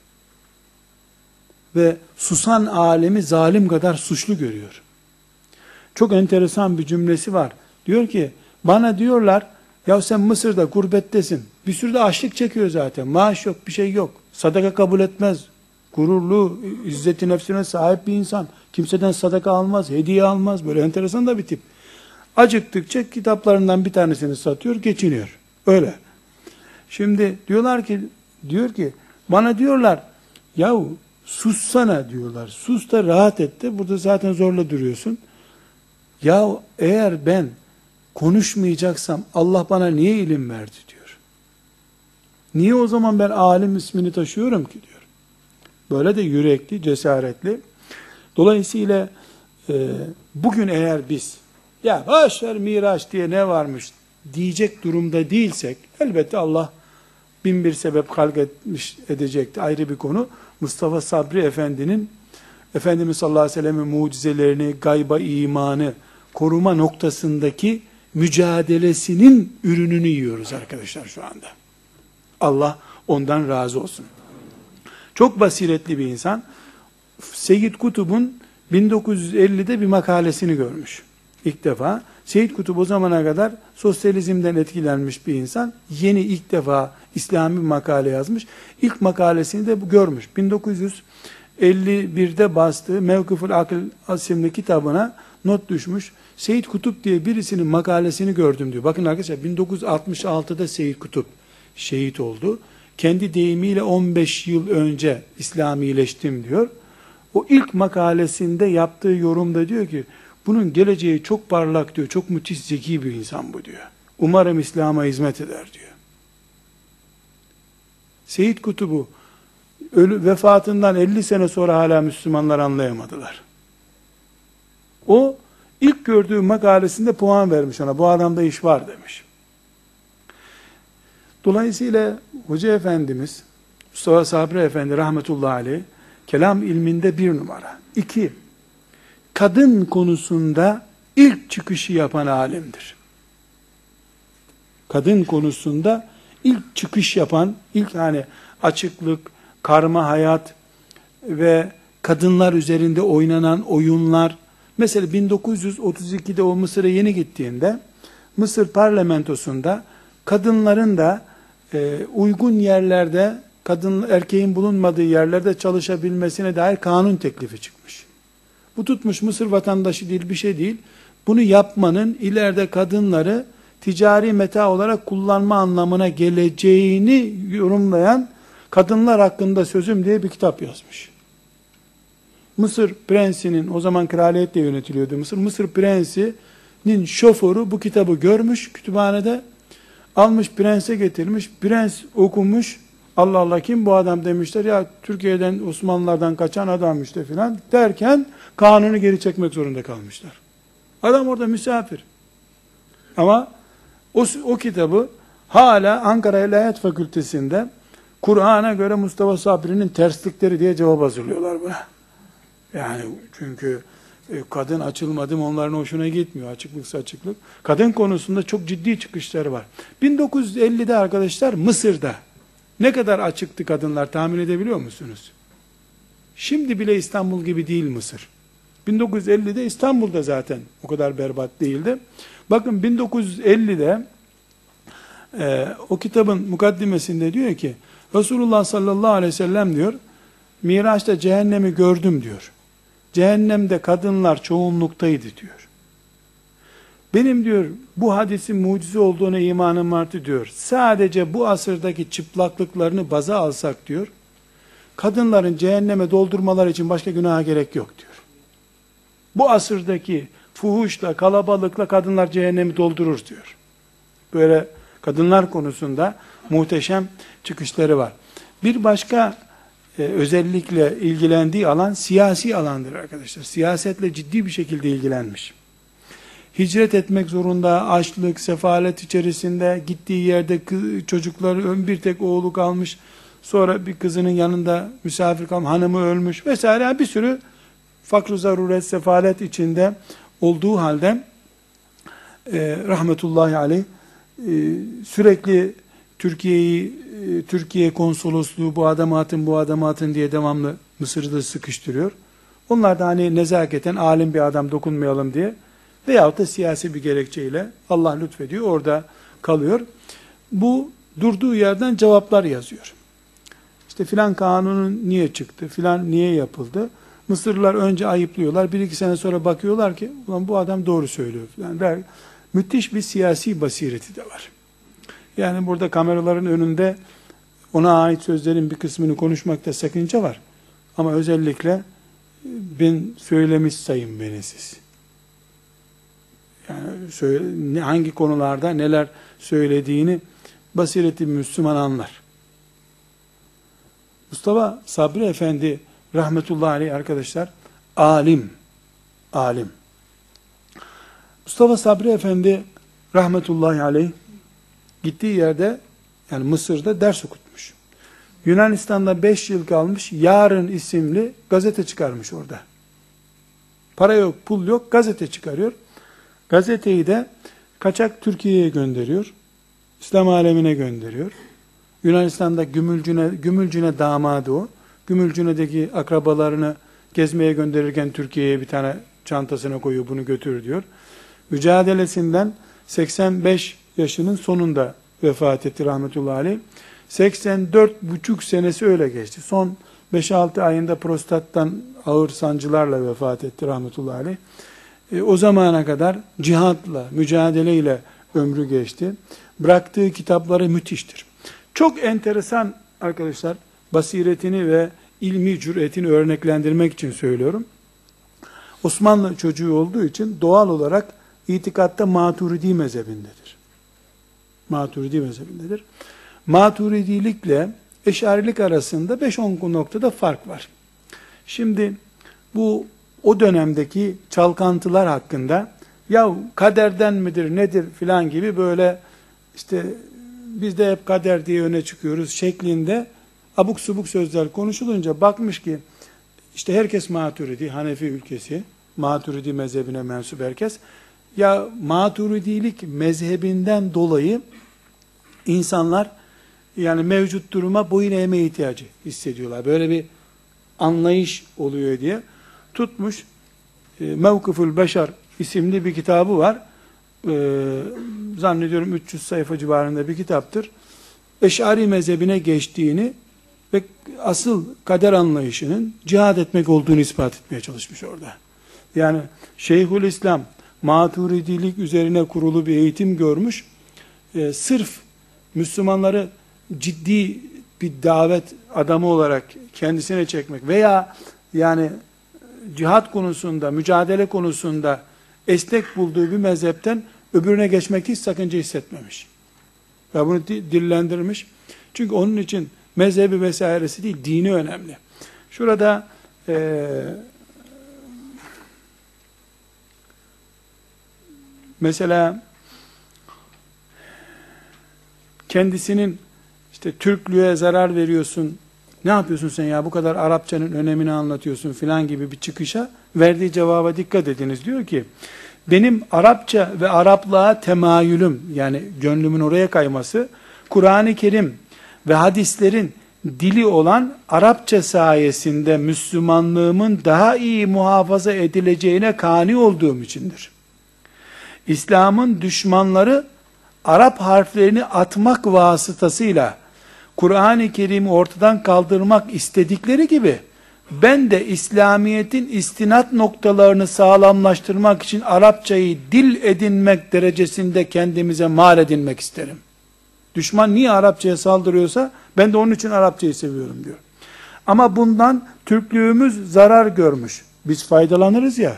Ve susan alimi zalim kadar suçlu görüyor. Çok enteresan bir cümlesi var. Diyor ki, bana diyorlar, ya sen Mısır'da gurbettesin. Bir sürü de açlık çekiyor zaten. Maaş yok, bir şey yok. Sadaka kabul etmez. Gururlu, izzeti nefsine sahip bir insan. Kimseden sadaka almaz, hediye almaz. Böyle enteresan da bir tip. Acıktıkça kitaplarından bir tanesini satıyor, geçiniyor. Öyle. Şimdi diyor ki, bana diyorlar, yahu sussana diyorlar. Sus da rahat et de, burada zaten zorla duruyorsun. Ya eğer ben konuşmayacaksam Allah bana niye ilim verdi diyor. Niye o zaman ben alim ismini taşıyorum ki diyor. Böyle de yürekli, cesaretli. Dolayısıyla bugün eğer biz ya boş ver Miraç diye ne varmış diyecek durumda değilsek, elbette Allah bin bir sebep halk etmiş edecekti, ayrı bir konu. Mustafa Sabri Efendi'nin Efendimiz sallallahu aleyhi ve sellem'in mucizelerini, gayba imanı koruma noktasındaki mücadelesinin ürününü yiyoruz arkadaşlar şu anda. Allah ondan razı olsun. Çok basiretli bir insan. Seyyid Kutub'un 1950'de bir makalesini görmüş. İlk defa. Seyyid Kutup o zamana kadar sosyalizmden etkilenmiş bir insan. Yeni ilk defa İslami bir makale yazmış. İlk makalesini de görmüş. 1951'de bastığı Mevkıful Akıl isimli kitabına not düşmüş. Seyyid Kutup diye birisinin makalesini gördüm diyor. Bakın arkadaşlar 1966'da Seyyid Kutup şehit oldu. Kendi deyimiyle 15 yıl önce İslamileştim diyor. O ilk makalesinde yaptığı yorumda diyor ki bunun geleceği çok parlak diyor. Çok müthiş zeki bir insan bu diyor. Umarım İslam'a hizmet eder diyor. Seyyid Kutub'u vefatından 50 sene sonra hala Müslümanlar anlayamadılar. O ilk gördüğü makalesinde puan vermiş ona. Bu adamda iş var demiş. Dolayısıyla Hoca Efendimiz Mustafa Sabri Efendi rahmetullahi aleyh kelam ilminde bir numara. 2. Kadın konusunda ilk çıkışı yapan alimdir. Kadın konusunda ilk çıkış yapan, ilk hani açıklık, karma hayat ve kadınlar üzerinde oynanan oyunlar. Mesela 1932'de o Mısır'a yeni gittiğinde Mısır parlamentosunda kadınların da uygun yerlerde, erkeğin bulunmadığı yerlerde çalışabilmesine dair kanun teklifi çıkmış. Bu tutmuş Mısır vatandaşı değil, bir şey değil. Bunu yapmanın ileride kadınları ticari meta olarak kullanma anlamına geleceğini yorumlayan Kadınlar Hakkında Sözüm diye bir kitap yazmış. Mısır prensinin, o zaman kraliyetle yönetiliyordu Mısır. Mısır prensinin şoförü bu kitabı görmüş kütüphanede. Almış prense getirmiş. Prens okumuş. Allah Allah kim bu adam demişler. Ya Türkiye'den Osmanlılardan kaçan adam işte filan derken kanunu geri çekmek zorunda kalmışlar. Adam orada misafir. Ama o kitabı hala Ankara İlahiyat Fakültesi'nde Kur'an'a göre Mustafa Sabri'nin terslikleri diye cevap hazırlıyorlar buna. Yani çünkü kadın açılmadı mı onların hoşuna gitmiyor. Açıklıksa açıklık. Kadın konusunda çok ciddi çıkışları var. 1950'de arkadaşlar Mısır'da ne kadar açıktı kadınlar tahmin edebiliyor musunuz? Şimdi bile İstanbul gibi değil Mısır. 1950'de İstanbul'da zaten o kadar berbat değildi. Bakın 1950'de o kitabın mukaddimesinde diyor ki Resulullah sallallahu aleyhi ve sellem diyor Miraç'ta cehennemi gördüm diyor. Cehennemde kadınlar çoğunluktaydı diyor. Benim diyor bu hadisin mucize olduğuna imanım vardı diyor. Sadece bu asırdaki çıplaklıklarını baza alsak diyor. Kadınların cehenneme doldurmaları için başka günaha gerek yok diyor. Bu asırdaki fuhuşla, kalabalıkla kadınlar cehennemi doldurur diyor. Böyle kadınlar konusunda muhteşem çıkışları var. Bir başka özellikle ilgilendiği alan siyasi alandır arkadaşlar. Siyasetle ciddi bir şekilde ilgilenmiş. Hicret etmek zorunda, açlık, sefalet içerisinde gittiği yerde çocukları bir tek oğlu kalmış. Sonra bir kızının yanında misafir kalmış, hanımı ölmüş vesaire. Yani bir sürü fakr-ı zaruret, sefalet içinde olduğu halde rahmetullahi aleyh sürekli Türkiye konsolosluğu bu adamı atın diye devamlı Mısır'da sıkıştırıyor. Onlar da hani nezaketen alim bir adam dokunmayalım diye veyahut da siyasi bir gerekçeyle Allah lütfediyor orada kalıyor. Bu durduğu yerden cevaplar yazıyor. İşte filan kanunun niye çıktı, filan niye yapıldı? Mısırlılar önce ayıplıyorlar, bir iki sene sonra bakıyorlar ki ulan bu adam doğru söylüyor filan. Müthiş bir siyasi basireti de var. Yani burada kameraların önünde ona ait sözlerin bir kısmını konuşmakta sakınca var. Ama özellikle ben söylemiş sayın beni siz. Yani hangi konularda neler söylediğini basireti Müslüman anlar. Mustafa Sabri Efendi rahmetullahi aleyh arkadaşlar alim. Mustafa Sabri Efendi rahmetullahi aleyh gittiği yerde, yani Mısır'da ders okutmuş. Yunanistan'da 5 yıl kalmış. Yarın isimli gazete çıkarmış orada. Para yok, pul yok, gazete çıkarıyor. Gazeteyi de kaçak Türkiye'ye gönderiyor. İslam alemine gönderiyor. Yunanistan'da Gümülcine damadı o. Gümülcine'deki akrabalarını gezmeye gönderirken Türkiye'ye bir tane çantasına koyuyor, bunu götür diyor. Mücadelesinden 85 yaşının sonunda vefat etti rahmetullahi aleyh. 84,5 senesi öyle geçti. Son 5-6 ayında prostattan ağır sancılarla vefat etti rahmetullahi aleyh. O zamana kadar cihatla, mücadeleyle ömrü geçti. Bıraktığı kitapları müthiştir. Çok enteresan arkadaşlar, basiretini ve ilmi cüretini örneklendirmek için söylüyorum. Osmanlı çocuğu olduğu için doğal olarak itikatta Maturidi mezhebindedir. Maturidilikle Eşarilik arasında 5-10 noktada fark var. Şimdi o dönemdeki çalkantılar hakkında, ya kaderden midir nedir filan gibi böyle işte biz de hep kader diye öne çıkıyoruz şeklinde abuk subuk sözler konuşulunca bakmış ki işte herkes Maturidi, Hanefi ülkesi, Maturidi mezhebine mensup herkes. Ya Maturidilik mezhebinden dolayı insanlar yani mevcut duruma boyun eğme ihtiyacı hissediyorlar. Böyle bir anlayış oluyor diye tutmuş. Mevkıful Beşer isimli bir kitabı var. Zannediyorum 300 sayfa civarında bir kitaptır. Eş'ari mezhebine geçtiğini ve asıl kader anlayışının cihad etmek olduğunu ispat etmeye çalışmış orada. Yani Şeyhülislam Maturidilik üzerine kurulu bir eğitim görmüş. Sırf Müslümanları ciddi bir davet adamı olarak kendisine çekmek veya yani cihat konusunda, mücadele konusunda esnek bulduğu bir mezhepten öbürüne geçmek hiç sakınca hissetmemiş. Ve bunu dillendirmiş. Çünkü onun için mezhebi vesairesi değil, dini önemli. Şurada mesela kendisinin işte Türklüğe zarar veriyorsun, ne yapıyorsun sen ya, bu kadar Arapçanın önemini anlatıyorsun filan gibi bir çıkışa verdiği cevaba dikkat ediniz. Diyor ki benim Arapça ve Araplığa temayülüm, yani gönlümün oraya kayması, Kur'an-ı Kerim ve hadislerin dili olan Arapça sayesinde Müslümanlığımın daha iyi muhafaza edileceğine kani olduğum içindir. İslam'ın düşmanları Arap harflerini atmak vasıtasıyla Kur'an-ı Kerim'i ortadan kaldırmak istedikleri gibi ben de İslamiyet'in istinat noktalarını sağlamlaştırmak için Arapçayı dil edinmek derecesinde kendimize mal edinmek isterim. Düşman niye Arapçaya saldırıyorsa ben de onun için Arapçayı seviyorum diyor. Ama bundan Türklüğümüz zarar görmüş. Biz faydalanırız ya.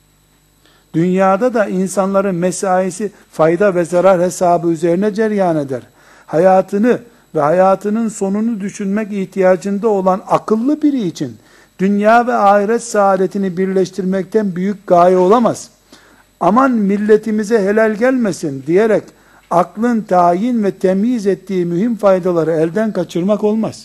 Dünyada da insanların mesaisi fayda ve zarar hesabı üzerine cereyan eder. Hayatını ve hayatının sonunu düşünmek ihtiyacında olan akıllı biri için dünya ve ahiret saadetini birleştirmekten büyük gaye olamaz. Aman milletimize helal gelmesin diyerek aklın tayin ve temyiz ettiği mühim faydaları elden kaçırmak olmaz.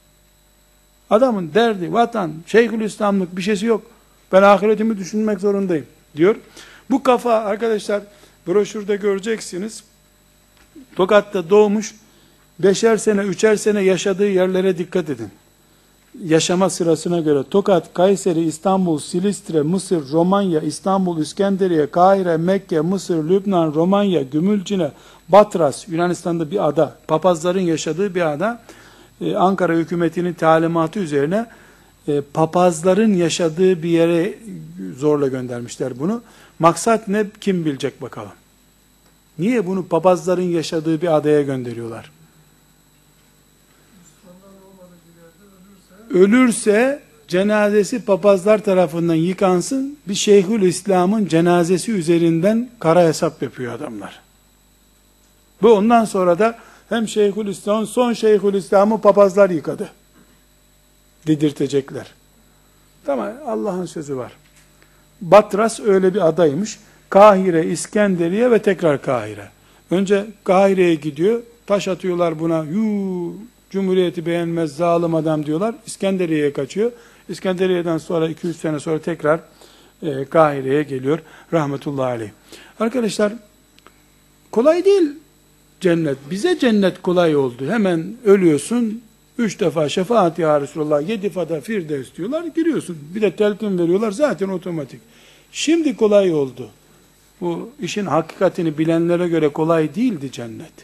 Adamın derdi, vatan, Şeyhülislamlık bir şeysi yok. Ben ahiretimi düşünmek zorundayım diyor. Bu kafa arkadaşlar broşürde göreceksiniz. Tokat'ta doğmuş, 5'er sene, 3'er sene yaşadığı yerlere dikkat edin. Yaşama sırasına göre Tokat, Kayseri, İstanbul, Silistre, Mısır, Romanya, İstanbul, İskenderiye, Kahire, Mekke, Mısır, Lübnan, Romanya, Gümülcine, Batras, Yunanistan'da bir ada, papazların yaşadığı bir ada. Ankara hükümetinin talimatı üzerine papazların yaşadığı bir yere zorla göndermişler bunu. Maksat ne, kim bilecek bakalım. Niye bunu papazların yaşadığı bir adaya gönderiyorlar? Ölürse cenazesi papazlar tarafından yıkansın, bir Şeyhülislam'ın cenazesi üzerinden kara hesap yapıyor adamlar. Bu ondan sonra da hem Şeyhülislam'ın son Şeyhülislam'ı papazlar yıkadı dedirtecekler. Tamam, Allah'ın sözü var. Batras öyle bir adaymış. Kahire, İskenderiye ve tekrar Kahire. Önce Kahire'ye gidiyor. Taş atıyorlar buna. Cumhuriyeti beğenmez zalim adam diyorlar. İskenderiye'ye kaçıyor. İskenderiye'den sonra 2-3 sene sonra tekrar Kahire'ye geliyor. Rahmetullahi aleyh. Arkadaşlar, kolay değil cennet. Bize cennet kolay oldu. Hemen ölüyorsun. 3 defa şefaat ya Resulallah, 7 defa firdevs diyorlar, giriyorsun. Bir de telkin veriyorlar, zaten otomatik. Şimdi kolay oldu. Bu işin hakikatini bilenlere göre kolay değildi cennet.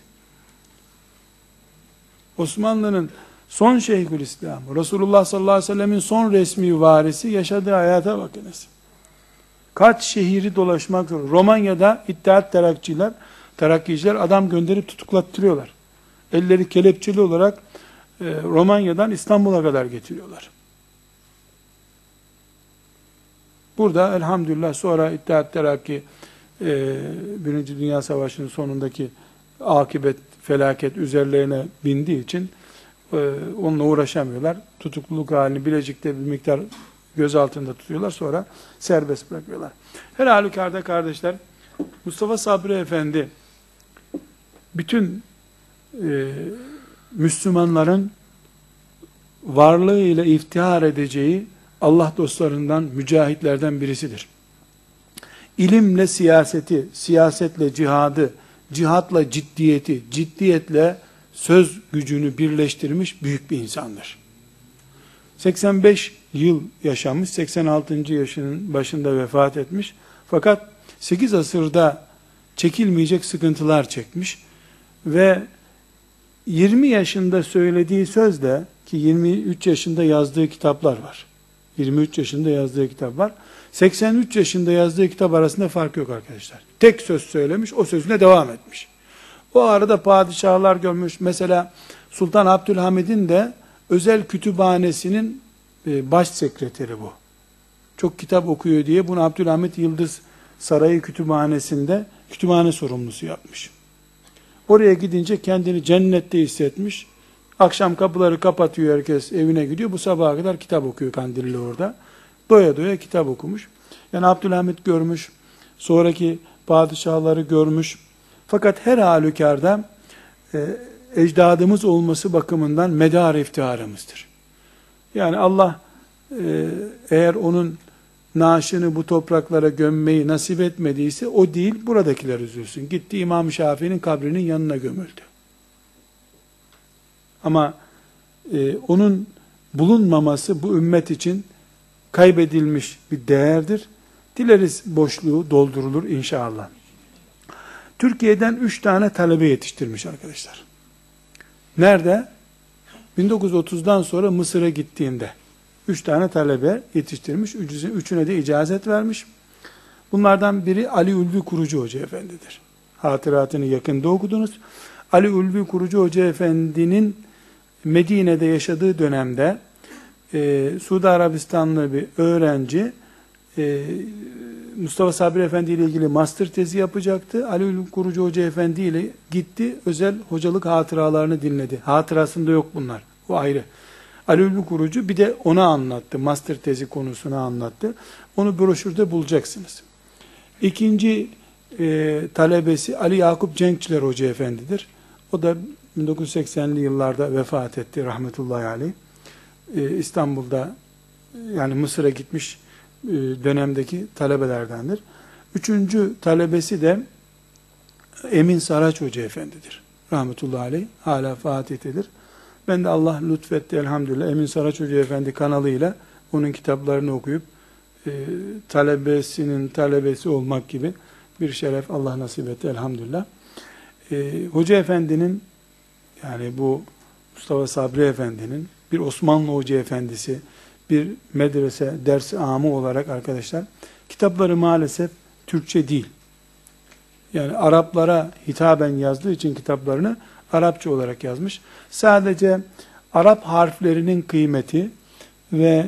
Osmanlı'nın son Şeyhülislam'ı, Resulullah sallallahu aleyhi ve sellemin son resmi varisi yaşadığı hayata bakınız. Kaç şehri dolaşmak zor. Romanya'da İttihat Terakkiciler adam gönderip tutuklattırıyorlar. Elleri kelepçeli olarak Romanya'dan İstanbul'a kadar getiriyorlar. Burada elhamdülillah sonra İttihat Terakki Birinci Dünya Savaşı'nın sonundaki akıbet, felaket üzerlerine bindiği için onunla uğraşamıyorlar. Tutukluluk halini Bilecik'te bir miktar göz altında tutuyorlar, sonra serbest bırakıyorlar. Her halükarda kardeşler, Mustafa Sabri Efendi bütün Müslümanların varlığıyla iftihar edeceği Allah dostlarından, mücahitlerden birisidir. İlimle siyaseti, siyasetle cihadı, cihatla ciddiyeti, ciddiyetle söz gücünü birleştirmiş büyük bir insandır. 85 yıl yaşamış, 86. yaşının başında vefat etmiş. Fakat 8 asırda çekilmeyecek sıkıntılar çekmiş ve 20 yaşında söylediği sözle, ki 23 yaşında yazdığı kitaplar var. 23 yaşında yazdığı kitap var. 83 yaşında yazdığı kitap arasında fark yok arkadaşlar. Tek söz söylemiş, o sözüne devam etmiş. O arada padişahlar görmüş. Mesela Sultan Abdülhamid'in de özel kütüphanesinin baş sekreteri bu. Çok kitap okuyor diye bunu Abdülhamid Yıldız Sarayı Kütüphanesi'nde kütüphane sorumlusu yapmış. Oraya gidince kendini cennette hissetmiş. Akşam kapıları kapatıyor, herkes evine gidiyor. Bu sabaha kadar kitap okuyor Kandilli orada. Doya doya kitap okumuş. Yani Abdülhamid görmüş, sonraki padişahları görmüş. Fakat her halükarda ecdadımız olması bakımından medar iftiharımızdır. Yani Allah eğer onun naaşını bu topraklara gömmeyi nasip etmediyse o değil, buradakiler üzülsün. Gitti İmam Şafii'nin kabrinin yanına gömüldü. Ama onun bulunmaması bu ümmet için kaybedilmiş bir değerdir. Dileriz boşluğu doldurulur inşallah. Türkiye'den 3 tane talebe yetiştirmiş arkadaşlar. Nerede? 1930'dan sonra Mısır'a gittiğinde 3 tane talebe yetiştirmiş. Üçüne de icazet vermiş. Bunlardan biri Ali Ulvi Kurucu Hoca Efendi'dir. Hatıratını yakında okudunuz. Ali Ulvi Kurucu Hoca Efendi'nin Medine'de yaşadığı dönemde Suudi Arabistanlı bir öğrenci Mustafa Sabri Efendi ile ilgili master tezi yapacaktı. Ali Ulvi Kurucu Hoca Efendi ile gitti, özel hocalık hatıralarını dinledi. Hatırasında yok bunlar. O ayrı. Ali Ulvi Kurucu bir de ona anlattı. Master tezi konusunu anlattı. Onu broşürde bulacaksınız. İkinci talebesi Ali Yakup Cenkçiler Hoca Efendi'dir. O da 1980'li yıllarda vefat etti rahmetullahi aleyh. İstanbul'da, yani Mısır'a gitmiş dönemdeki talebelerdendir. Üçüncü talebesi de Emin Saraç Hoca Efendi'dir. Rahmetullahi aleyh. Hala Fatih'tedir. Ben de Allah lütfetti elhamdülillah. Emin Saraç Hoca Efendi kanalıyla onun kitaplarını okuyup talebesinin talebesi olmak gibi bir şeref Allah nasip etti elhamdülillah. Hoca Efendi'nin, yani bu Mustafa Sabri Efendi'nin bir Osmanlı Hoca Efendisi, bir medrese ders amı olarak arkadaşlar, kitapları maalesef Türkçe değil. Yani Araplara hitaben yazdığı için kitaplarını Arapça olarak yazmış. Sadece Arap harflerinin kıymeti ve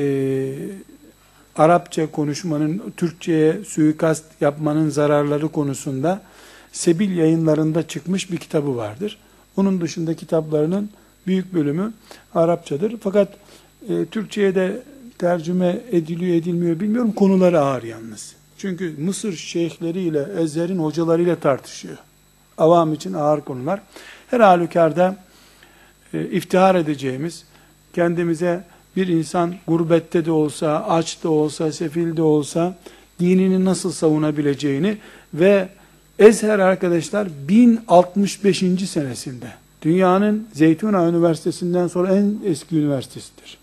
Arapça konuşmanın Türkçe'ye suikast yapmanın zararları konusunda Sebil Yayınları'nda çıkmış bir kitabı vardır. Onun dışında kitaplarının büyük bölümü Arapçadır. Fakat Türkçe'ye de tercüme ediliyor edilmiyor bilmiyorum. Konuları ağır yalnız. Çünkü Mısır şeyhleriyle, Ezher'in hocalarıyla tartışıyor. Avam için ağır konular. Her halükarda iftihar edeceğimiz, kendimize bir insan gurbette de olsa, aç da olsa, sefil de olsa dinini nasıl savunabileceğini ve Ezher arkadaşlar 1065. senesinde dünyanın Zeytuna Üniversitesi'nden sonra en eski üniversitesidir.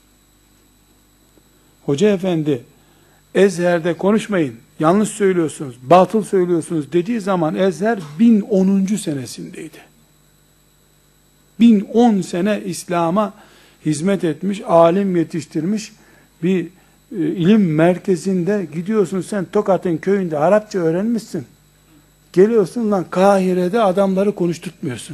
Hoca efendi Ezher'de konuşmayın, yanlış söylüyorsunuz, batıl söylüyorsunuz dediği zaman Ezher 1010. senesindeydi. 1010 sene İslam'a hizmet etmiş, alim yetiştirmiş bir ilim merkezinde gidiyorsun sen Tokat'ın köyünde Arapça öğrenmişsin. Geliyorsun lan Kahire'de adamları konuşturtmuyorsun.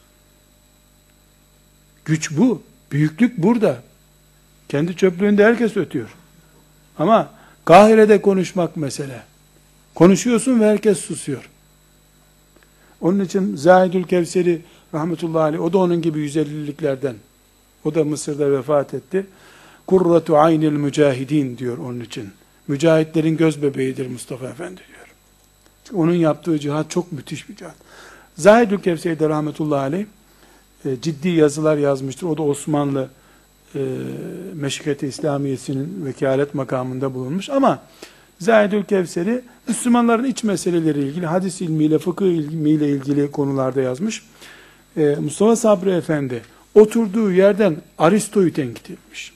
Güç bu. Büyüklük burada. Kendi çöplüğünde herkes ötüyor. Ama Kahire'de konuşmak mesele. Konuşuyorsun ve herkes susuyor. Onun için Zahidül Kevseri rahmetullahi aleyh, o da onun gibi 150'liklerden. O da Mısır'da vefat etti. Kurratu aynil mücahidin diyor onun için. Mücahitlerin göz bebeğidir Mustafa Efendi diyor. Çünkü onun yaptığı cihat çok müthiş bir cihat. Zahidül Kevseri de rahmetullahi aleyh ciddi yazılar yazmıştır. O da Osmanlı Meşrikati İslamiyesi'nin vekalet makamında bulunmuş ama Zahidül Kevseri Müslümanların iç meseleleriyle ilgili, hadis ilmiyle, fıkıh ilmiyle ilgili konularda yazmış. Mustafa Sabri Efendi oturduğu yerden Aristo'yu tenkit etmiş.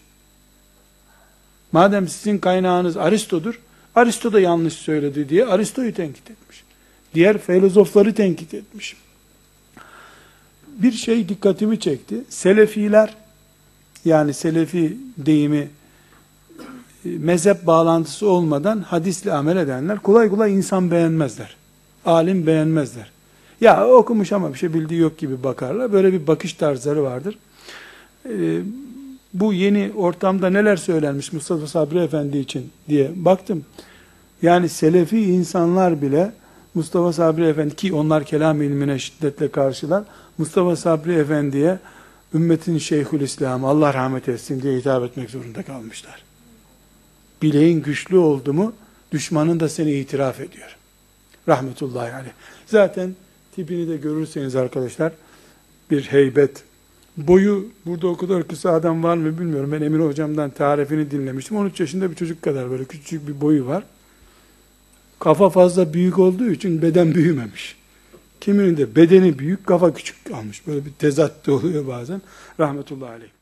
Madem sizin kaynağınız Aristo'dur, Aristo da yanlış söyledi diye Aristo'yu tenkit etmiş. Diğer filozofları tenkit etmiş. Bir şey dikkatimi çekti. Selefiler, yani Selefi deyimi mezhep bağlantısı olmadan hadisle amel edenler kolay kolay insan beğenmezler. Alim beğenmezler. Ya okumuş ama bir şey bildiği yok gibi bakarlar. Böyle bir bakış tarzları vardır. Bu yeni ortamda neler söylenmiş Mustafa Sabri Efendi için diye baktım. Yani Selefi insanlar bile Mustafa Sabri Efendi, ki onlar kelam ilmine şiddetle karşılar, Mustafa Sabri Efendi'ye ümmetin Şeyhülislam Allah rahmet etsin diye hitap etmek zorunda kalmışlar. Bileğin güçlü oldu mu düşmanın da seni itiraf ediyor. Rahmetullahi aleyh. Zaten tipini de görürseniz arkadaşlar bir heybet. Boyu burada o kadar kısa adam var mı bilmiyorum. Ben Emir hocamdan tarifini dinlemiştim. 13 yaşında bir çocuk kadar böyle küçük bir boyu var. Kafa fazla büyük olduğu için beden büyümemiş. Kiminin de bedeni büyük, kafa küçük kalmış. Böyle bir tezat da oluyor bazen. Rahmetullahi aleyh.